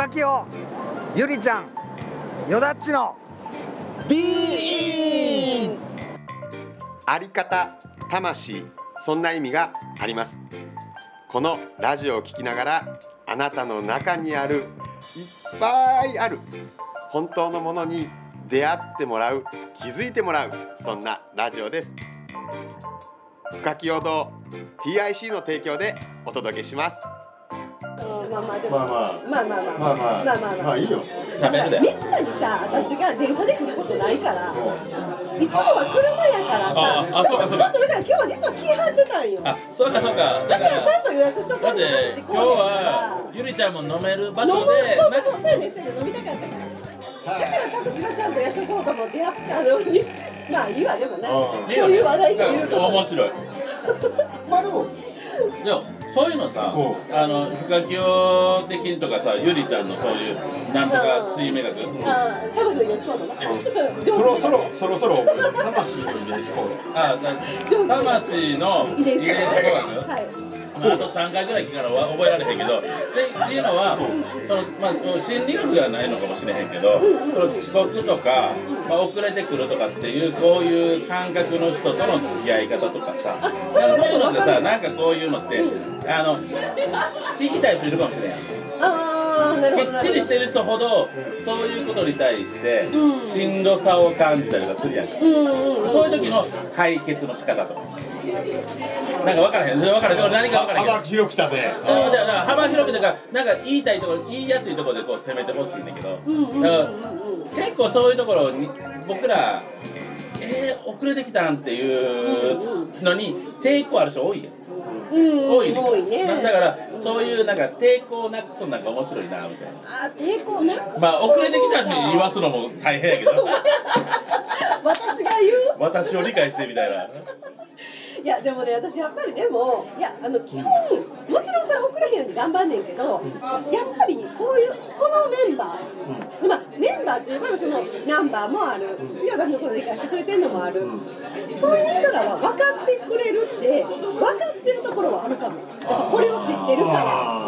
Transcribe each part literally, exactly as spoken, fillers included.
深清ゆりちゃんよだっちのビーインあり方、魂、そんな意味があります。このラジオを聞きながら、あなたの中にあるいっぱいある本当のものに出会ってもらう、気づいてもらう、そんなラジオです。深清堂 ティーアイシー の提供でお届けします。 まあまあでもまあまあまあまあまあまあまあまあまあまあまあいいよ。 だからめったにさ、私が電車で来ることないから、いつもは車やからさ、 ああそうかそうかちょっとだから今日は実は気張ってたんよ。 あ、そうかそうか。 だからちゃんと予約しとかんとだって今日はゆりちゃんも飲める場飲む所でそうそうそう、そうやねんそうやねん飲みたかったから。だからタクシーはちゃんとやっとこうと思ってやったのに、まあいいわでもね、こういう話題ということ面白い。 まあでもでもそういうのさ、あの深清的とかさ、ゆりちゃんのそういうなんとか水明学。 ああ、魂の癒しコードな。 そろそろそろそろ魂の遺伝子コード。 あ、魂の遺伝子コード。 はい。 まあ、あとさんかいぐらい聞かな覚えられへんけど、っていうのは、そのまあ、心理学ではないのかもしれへんけど、その遅刻とか、まあ、遅れてくるとかっていう、こういう感覚の人との付き合い方とかさ、そういうのでさ、なんかこういうのって、あの聞きたい人いるかもしれんやん。 ああ、なるほど。 きっちりしてる人ほど、そういうことに対して、しんどさを感じたりとかするやんか。そういう時の解決の仕方とか。なんか分からへん、分からへん、何か分からへん。 幅広くたね。 だから幅広くというか、なんか言いたいところ、言いやすいところでこう攻めてほしいんだけど、だから結構そういうところに僕ら、えー、遅れてきたんっていうのに抵抗ある人多いやん。多いね。 多いね。 だからそういうなんか抵抗なくすのなんか面白いなみたいな。 あ、抵抗なくす。 まあ遅れてきたって言わすのも大変やけど。 私が言う。 私を理解してみたいな。 いやでもね、私やっぱりでもいやあの基本もちろんそれ遅れへんように頑張んねんけど、やっぱりこういうこのメンバー、うん、まあメンバーっていうかそのナンバーもある、で私のことを理解してくれてるのもある、そういう人らは分かってくれるって分かってるところはあるかも。やっぱこれを知ってるから。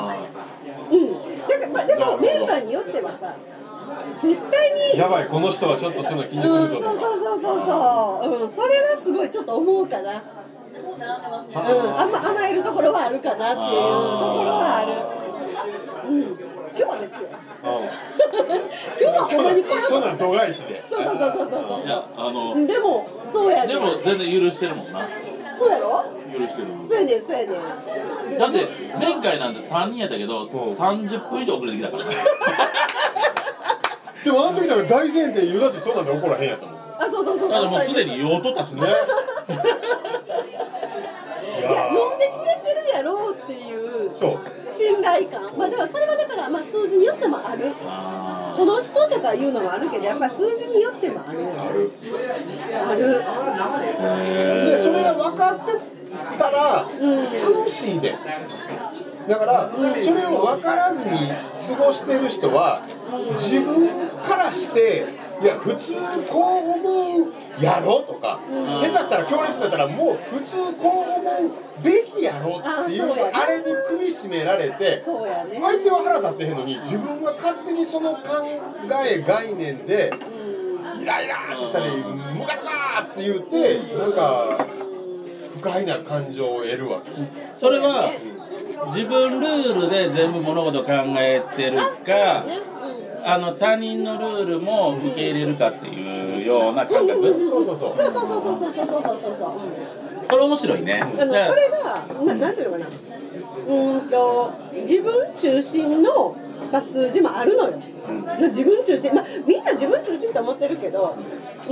うん。だからまあでもメンバーによってはさ。絶対にやばい、この人はちょっとそういうの気にするぞとか、 うん、そうそうそうそうそう、うん、それはすごいちょっと思うかな、うん、あんま甘えるところはあるかなっていうところはある、うん、今日は別よ今日はほんまにこれそんなん度外視で、 そうそうそうそうそういやあのでもそうやねでも全然許してるもんな。 そうやろ許してる。 そうやねんそうやねん。 だって前回なんてさんにんやったけどさんじゅっぷん以上遅れてきたから。 でもあの時なんか大前提ゆだちそんなんで怒らへんやったもん。 あ、そうそうそうそう。 だからもうすでに用途たしね。 いや、飲んでくれてるやろうっていう信頼感。まあだからそれはだからまあ数字によってもある。この人とかいうのもあるけど、やっぱり数字によってもある。ある。ある。 でそれが分かってたら楽しいで。だからそれを分からずに過ごしてる人は自分からしていや普通こう思うやろとか、下手したら強烈だったらもう普通こう思うべきやろっていうあれに首絞められて、相手は腹立ってへんのに自分が勝手にその考え概念でイライラーってしたりムカつかーって言ってなんか不快な感情を得るわけ。 それは自分ルールで全部物事を考えてるか、あの他人のルールも受け入れるかっていうような感覚。 そうそうそう。 そうそうそうそうそうそうそうそうそう。 これ面白いね。 あのそれがななんていうのかな。うんと自分中心のまあ数字もあるのよ。自分中心、まあみんな自分中心と思ってるけど、うん。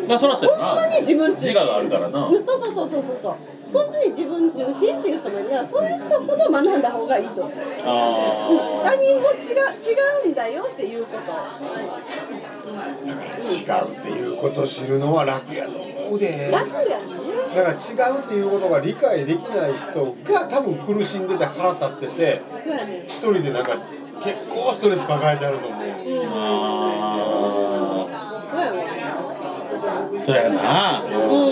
まあそらそうやな。 ほんまに自分中心。 自我があるからな。 そうそうそうそうそうそう。本当に自分中心っていう人もいるから、そういう人ほど学んだ方がいいと思う。 あ他人も違う違うんだよっていうこと。 だから違うっていうことを知るのは楽やと思うで。 楽やね。 だから違うっていうことが理解できない人が多分苦しんでて腹立ってて、一人でなんか結構ストレス抱えてあると思う。 ああ。そうやな。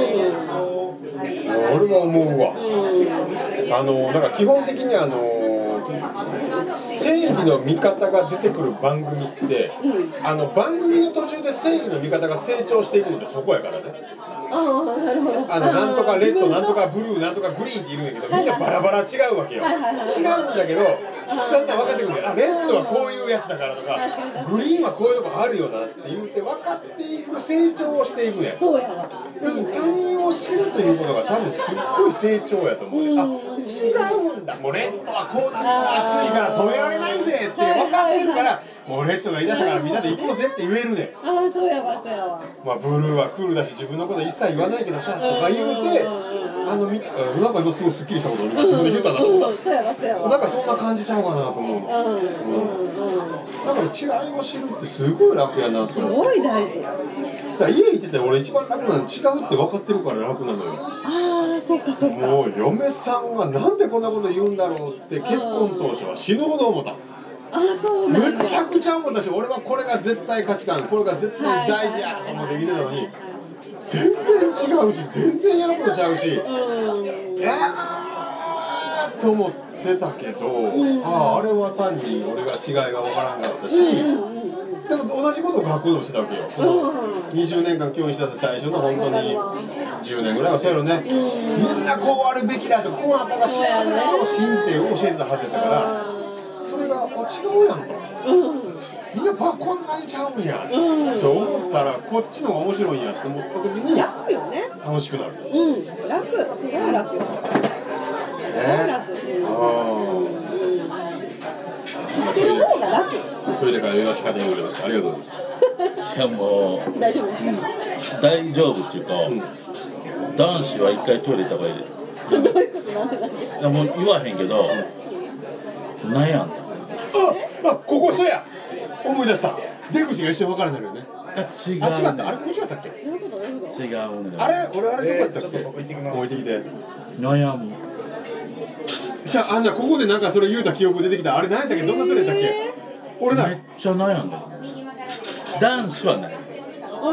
俺も思うわ。あのなんか基本的にあの正正義の味方が出てくる番組って、うん、あの番組の途中で正義の味方が成長していくのってそこやからね。 ああ、なるほど。 あのなんとかレッド、なんとかブルー、なんとかグリーンっているんだけど、みんなバラバラ違うわけよ。違うんだけど、だんだん分かってくるんだよ。あ、レッドはこういうやつだからとか、グリーンはこういうとこあるよなって言って分かっていく成長をしていくね。 そうやわ。 要するに他人を知るということが多分すっごい成長やと思うね。あ、違うんだ。もうレッドはこうなるから暑いから止められないぜって分かってるから、もうレッドが言い出したからみんなで行こうぜって言えるね。 ああ、そうやわ、そうやわ。 まあブルーはクールだし自分のこと一切言わないけどさとか言うて、あのみなんか今すごいスッキリしたことを今自分で言ったなと思った。 そうやわ、そうやわ。 なんかそんな感じちゃうかなと思う。うんうんうん。だから違いを知るってすごい楽やなと思う。 すごい大事。 だから家行ってて俺一番楽なの違うって分かってるから楽なのよ。 ああ、そっかそっか。 もう嫁さんがなんでこんなこと言うんだろうって結婚当初は死ぬほど思った。 あ、そうなんや。 めちゃくちゃ思ったし、俺はこれが絶対価値観、これが絶対大事やと思って生きてたのに、全然違うし、全然やることちゃうし、えーと思ってたけど、ああ、あれは単に俺が違いが分からんかったし、でも同じことを学校でもしてたわけよ。そのにじゅうねんかん教員しだす最初の本当にじゅうねんぐらいはそうやろね。みんなこうあるべきだとか、こうなったら幸せだよを信じて教えてたはずだったから、それがあ違うやんか、うん、みんなパこんなにちゃうんや、うん、と思ったらこっちの方が面白いんやって思った時に楽よね。 楽しくなる。 うん、楽、すごい楽よ。すごい楽。知ってる方が楽。 トイレからよろしかったようです。ありがとうございます。 いやもう大丈夫ですか、 うん、大丈夫っていうか、うん、男子は一回トイレ行った方がいいで。 どういうことなんでなんで。 いやもう言わへんけど、なんやん。 あ、ここそうや。思い出した。出口が一瞬分からないよね。 あ、違う、ね。 あ、違った。あれ、面白かったっけ。 どういうこと、どういうこと。 違うね。 あれ、俺あれどこやったっけ。 えー、ちょっと僕行ってきます。 置いてきて。 悩む。 じゃあ、あんなここでなんかそれ言うた記憶出てきた。あれ何やったっけ、どんなトイレだっけ。俺だ。 めっちゃ悩んだ。男子はない。 うん、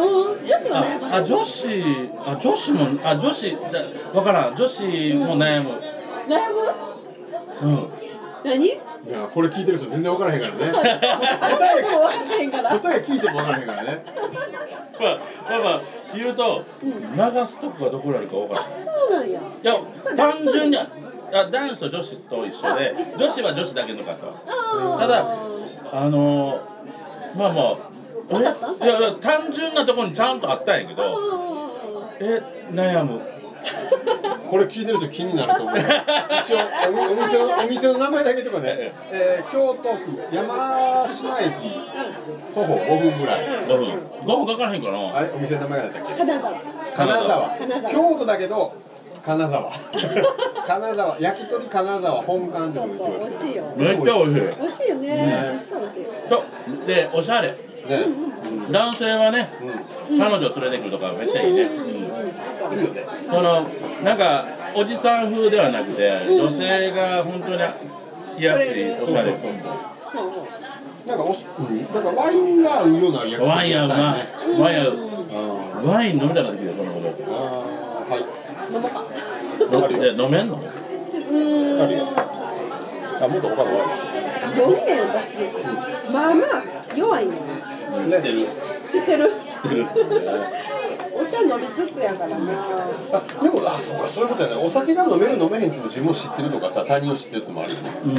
女子は悩む。 あ、女子、あ、女子も、あ、女子、わからん。女子も悩む。 悩む。 うん。 何。 いや、これ聞いてる人全然分からへんからね。 答えも分かってへんから。 答え聞いても分からへんからね。 まあ、まあまあ、言うと、うん、流すとこがどこにあるか分からない。 そうなんや。 いや、単純に、あ、男子と女子と一緒で、女子は女子だけの方。ただ、あのー、まあまあ、え、いやいや、単純なところにちゃんとあったんやけど、え、悩む。 これ聞いてる人気になると思う。一応お、お店のお店の名前だけとかね、えー、京都府山科駅徒歩ごふんぐらい。 ごふん。ごふんかからへんかな。 あれ、お店の名前だったっけ？ 金沢。 金沢。 金沢。 京都だけど金沢。金沢、焼き鳥金沢本館ってことで。 そうそう、美味しいよ。 めっちゃ美味しい。 美味しいよね。めっちゃ美味しい。 と、で、おしゃれ。ね、男性はね、うん、彼女を連れてくるとかめっちゃいいね。うん、いいよね。そのなんかおじさん風ではなくて、女性が本当に来やすいおしゃれ。 なんかおし、うん、なんかワインが合うような焼き鳥。 ワイン合うな。ワイン合う。ワイン飲みたくなってきたそのこと。 ああ、はい。 飲もうか。 飲めんの？ うん。 あ、もっと他のワイン。 飲んでる私。まあまあ弱いね。 知ってる。 知ってる。 知ってる。 お茶飲みつつやからな。 あ、でもあ、そうか、そういうことやね。お酒が飲める飲めへんっていうの自分を知ってるとかさ、他人を知ってるってのもあるよね。 うんうん。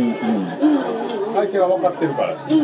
相手が分かってるから。うん。 え、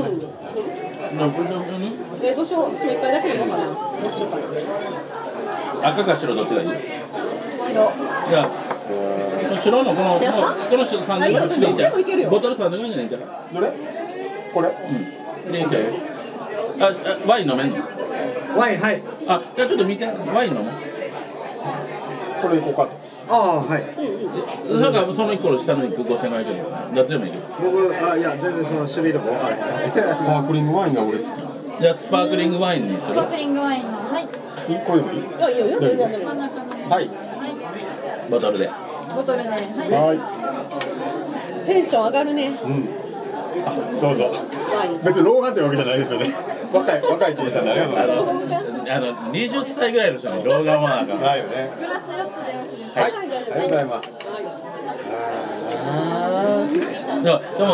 どうしよう。一杯だけでいいのかな。どうしようかな。 赤か白どっちがいい？ 白。 じゃあ、白のこのこの白さんでもいいじゃん。ボトルさんでもいいんじゃないじゃん。 どれ？これ？ うん。でいいんじゃない？あ、ワイン飲めんの？ ワイン、はい。 あ、じゃあちょっと見て、ワイン飲む？ これいこうかと。 ああ、はい。 なんかその一個の下の一個ごせんえんけど、どっちでもいいけど。 僕、あ、いや、全然その種類とか分からない。 スパークリングワインが俺好き。 じゃあスパークリングワインにする？ スパークリングワインの、はい。 一個でもいい？ あ、いいよ、いいよ、全然でもいい。 はい。 ボトルで。 ボトルで、はい。 はい。 テンション上がるね。 うん。あ、どうぞ。別に老眼ってわけじゃないですよね。若い若い店員さんでありがとうございます。 あのあのにじゅっさいぐらいの人に老眼はなんかないよね。 グラスよっつでよろしいですか？ はい。ありがとうございます。 でもでも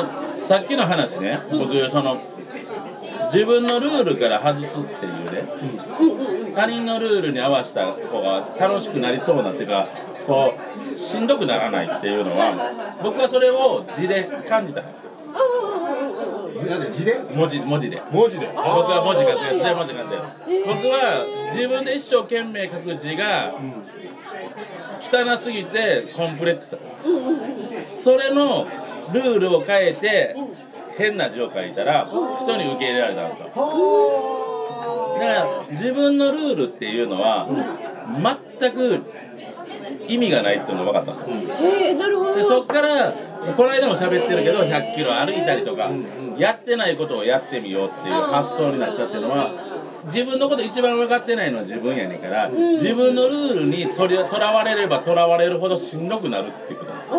さっきの話ね、僕その自分のルールから外すっていうね、他人のルールに合わせた方が楽しくなりそうなっていうか、こうしんどくならないっていうのは、僕はそれを字で感じた。 なんで字で文字文字で文字で僕は文字書くよ、全部文字書くよ。僕は自分で一生懸命書く字が汚すぎてコンプレックスだ。それのルールを変えて変な字を書いたら人に受け入れられたんですよ。だから自分のルールっていうのは全く意味がないっていうのが分かったんですよ。 へえ、なるほど。 でそっからこの間も喋ってるけどひゃっキロ歩いたりとかやってないことをやってみようっていう発想になったっていうのは、自分のこと一番分かってないのは自分やねんから、自分のルールにとりとらわれればとらわれるほどしんどくなるっていうことなんです。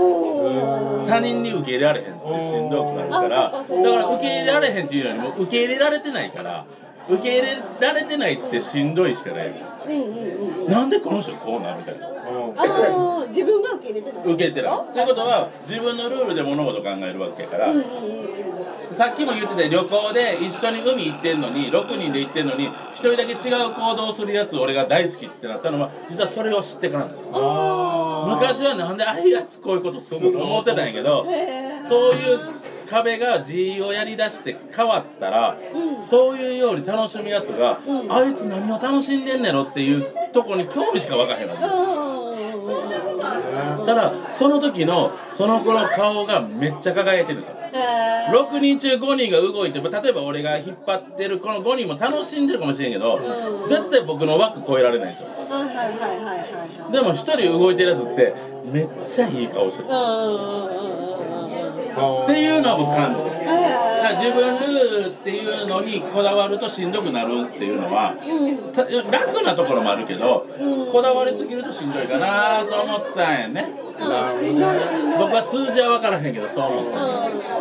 他人に受け入れられへんってしんどくなるから、だから受け入れられへんっていうよりも受け入れられてないから、受け入れられてないってしんどいしかない。なんでこの人こうなるみたいな。 ああ、自分が受け入れてない。 受け入れてない。ということは自分のルールで物事を考えるわけやから、さっきも言ってた旅行で一緒に海行ってんのにろくにんで行ってんのにひとりだけ違う行動をするやつ俺が大好きってなったのは実はそれを知ってからなんですよ。昔はなんでああいうやつこういうことするのと思ってたんやけど、そういう壁が G をやりだして変わったら、そういうように楽しむやつが、あいつ何を楽しんでんねやろっていうとこに興味しか分からへんわけ。ただその時のその子の顔がめっちゃ輝いてるんですよ。ろくにん中ごにんが動いて、例えば俺が引っ張ってるこのごにんも楽しんでるかもしれんけど、絶対僕の枠超えられないんですよ。でもひとり動いてるやつってめっちゃいい顔してるっていうのを僕感じてる。だから自分ルールっていうのにこだわるとしんどくなるっていうのは、楽なところもあるけど、こだわりすぎるとしんどいかなと思ったんやね。僕は数字は分からへんけどそう思った。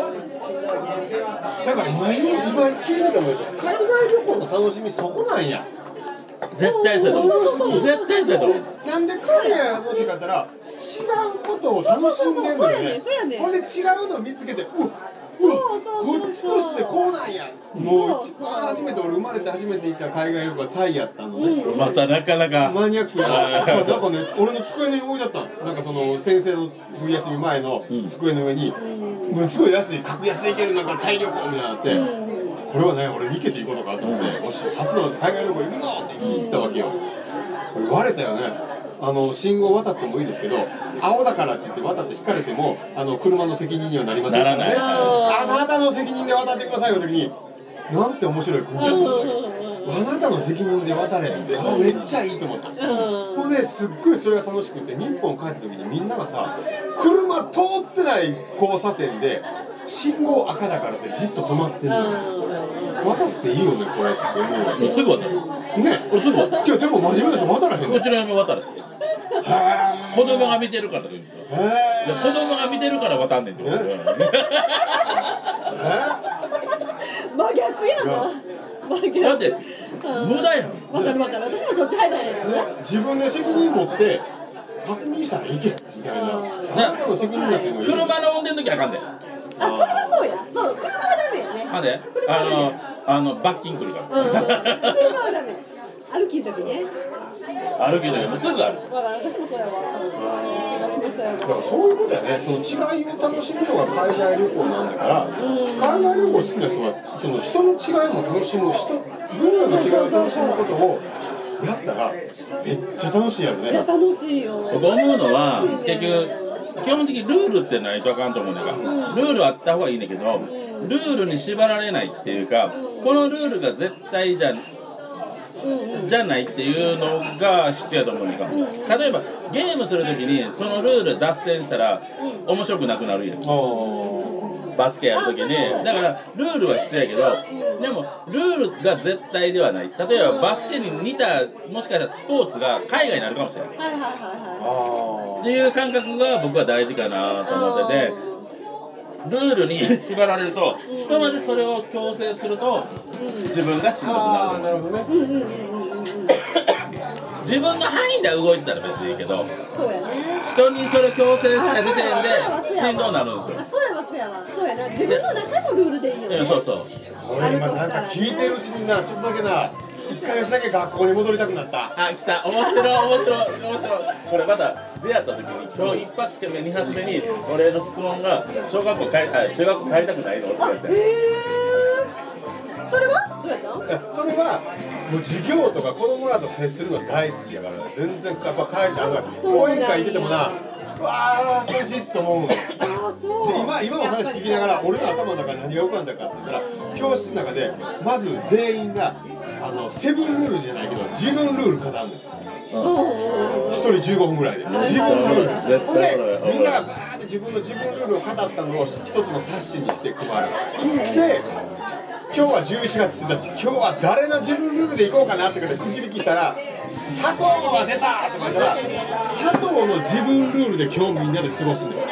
だから今今聞いてても海外旅行の楽しみそこなんや。 絶対そうやと思う。絶対そうやと思う。 なんで海外が欲しかったら違うことを楽しんでんのよね。ほんで違うのを見つけて、うっこっちとしてこうなんや。もう一番初めて俺生まれて初めて行った海外旅行はタイやったのね。 またなかなかマニアックな。そうなんかね、俺の机の上に置いてあったの。なんかその先生の冬休み前の机の上に、ものすごい安い格安で行けるなんかタイ旅行みたいなのあって、これはね俺に行けていいことかと思って、よし初の海外旅行行くぞって言ったわけよ。これ割れたよね。あの信号渡ってもいいですけど、青だからって言って渡って引かれてもあの車の責任にはなりませんからね。あなたの責任で渡ってくださいよ時に、なんて面白い国やと思って、あなたの責任で渡れって、あめっちゃいいと思った。ほんですっごいそれが楽しくて、日本帰った時にみんながさ、車通ってない交差点で信号赤だからってじっと止まってるの。渡っていいよねこれって思う。 すぐ渡るね、 俺すぐ渡る。 じゃあでも真面目な人渡らへんの。 うちの嫁渡る。子供が見てるからと言うんですよ。いや子供が見てるから渡んねんってこと。 真逆やな。真逆。 だって無駄やん。 わかるわかる。私もそっち入ったんやけどね。 自分で責任持って確認したらいけみたいな。あなたの責任だっていうのを車の運転の時あかんで。 あ、それはそうや。そう、車はダメやね。 なんで？ 車はダメ。 あのあの罰金来るから。 うん、車はダメ。歩きの時ね。 歩きの時もすぐある。 だから私もそうやわ。私もそうやわ。 だからそういうことやね。その違いを楽しむのが海外旅行なんだから、海外旅行好きな人はその人の違いも楽しむ、人文化の違いを楽しむことをやったらめっちゃ楽しいやろね。 いや楽しいよ。 僕思うのは結局基本的にルールってないとあかんと思うんだから、ルールあった方がいいんだけど、ルールに縛られないっていうか、このルールが絶対じゃじゃないっていうのが必要だと思うんだから、例えばゲームするときにそのルール脱線したら面白くなくなるやん。バスケやるときに、だからルールは必要やけど、でもルールが絶対ではない。例えばバスケに似たもしかしたらスポーツが海外になるかもしれない。 はいはいはいはい。 っていう感覚が僕は大事かなと思ってて、ルールに縛られると人までそれを強制すると自分がしんどくなる。 なるほどね。 自分の範囲で動いてたら別にいいけど、 そうやね。 人にそれ強制した時点でしんどくなるんですよ。 あ、そうやわそうややわ。そうやな。自分の中のルールでいいよね。 そうそう。 俺今なんか聞いてるうちにな、ちょっとだけな、一ヶ月だけ学校に戻りたくなった。 あ、来た。面白い面白い面白い。これまた出会った時に今日一発目二発目に俺の質問が小学校帰あ中学校帰りたくないのって言われて。 へー。それはどうやったの？ いやそれはもう授業とか子供らと接するの大好きやから、全然やっぱ帰りたい。講演会行っててもな、うわー楽しいと思う。 ああそう。 で今今の話聞きながら俺の頭の中に何が浮かんだかって言ったら、教室の中でまず全員があのセブンルールじゃないけど自分ルール語るの。一人じゅうごふんぐらいで自分ルール。ほんでみんながバーって自分の自分ルールを語ったのを一つの冊子にして配る。で今日はじゅういちがつついたち、今日は誰の自分ルールで行こうかなってことでくじ引きしたら佐藤が出たとか言ったら、佐藤の自分ルールで今日みんなで過ごすんだよ。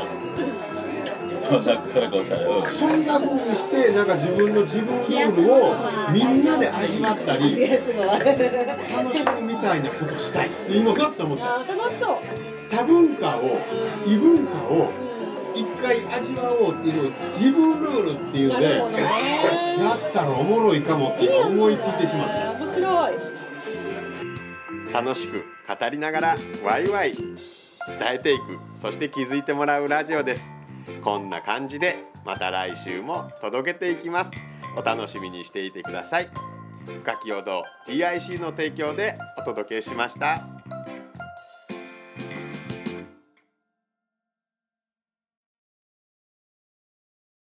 そんな風にしてなんか自分の自分ルールをみんなで味わったり楽しむみたいなことしたい。今かって思った。 あ楽しそう。 多文化を異文化を一回味わおうっていう自分ルールっていうのでやったらおもろいかもって思いついてしまった。 面白い。 楽しく語りながらワイワイ伝えていく、そして気づいてもらうラジオです。こんな感じでまた来週も届けていきます。お楽しみにしていてください。深き陽動 ティーアイシー の提供でお届けしました。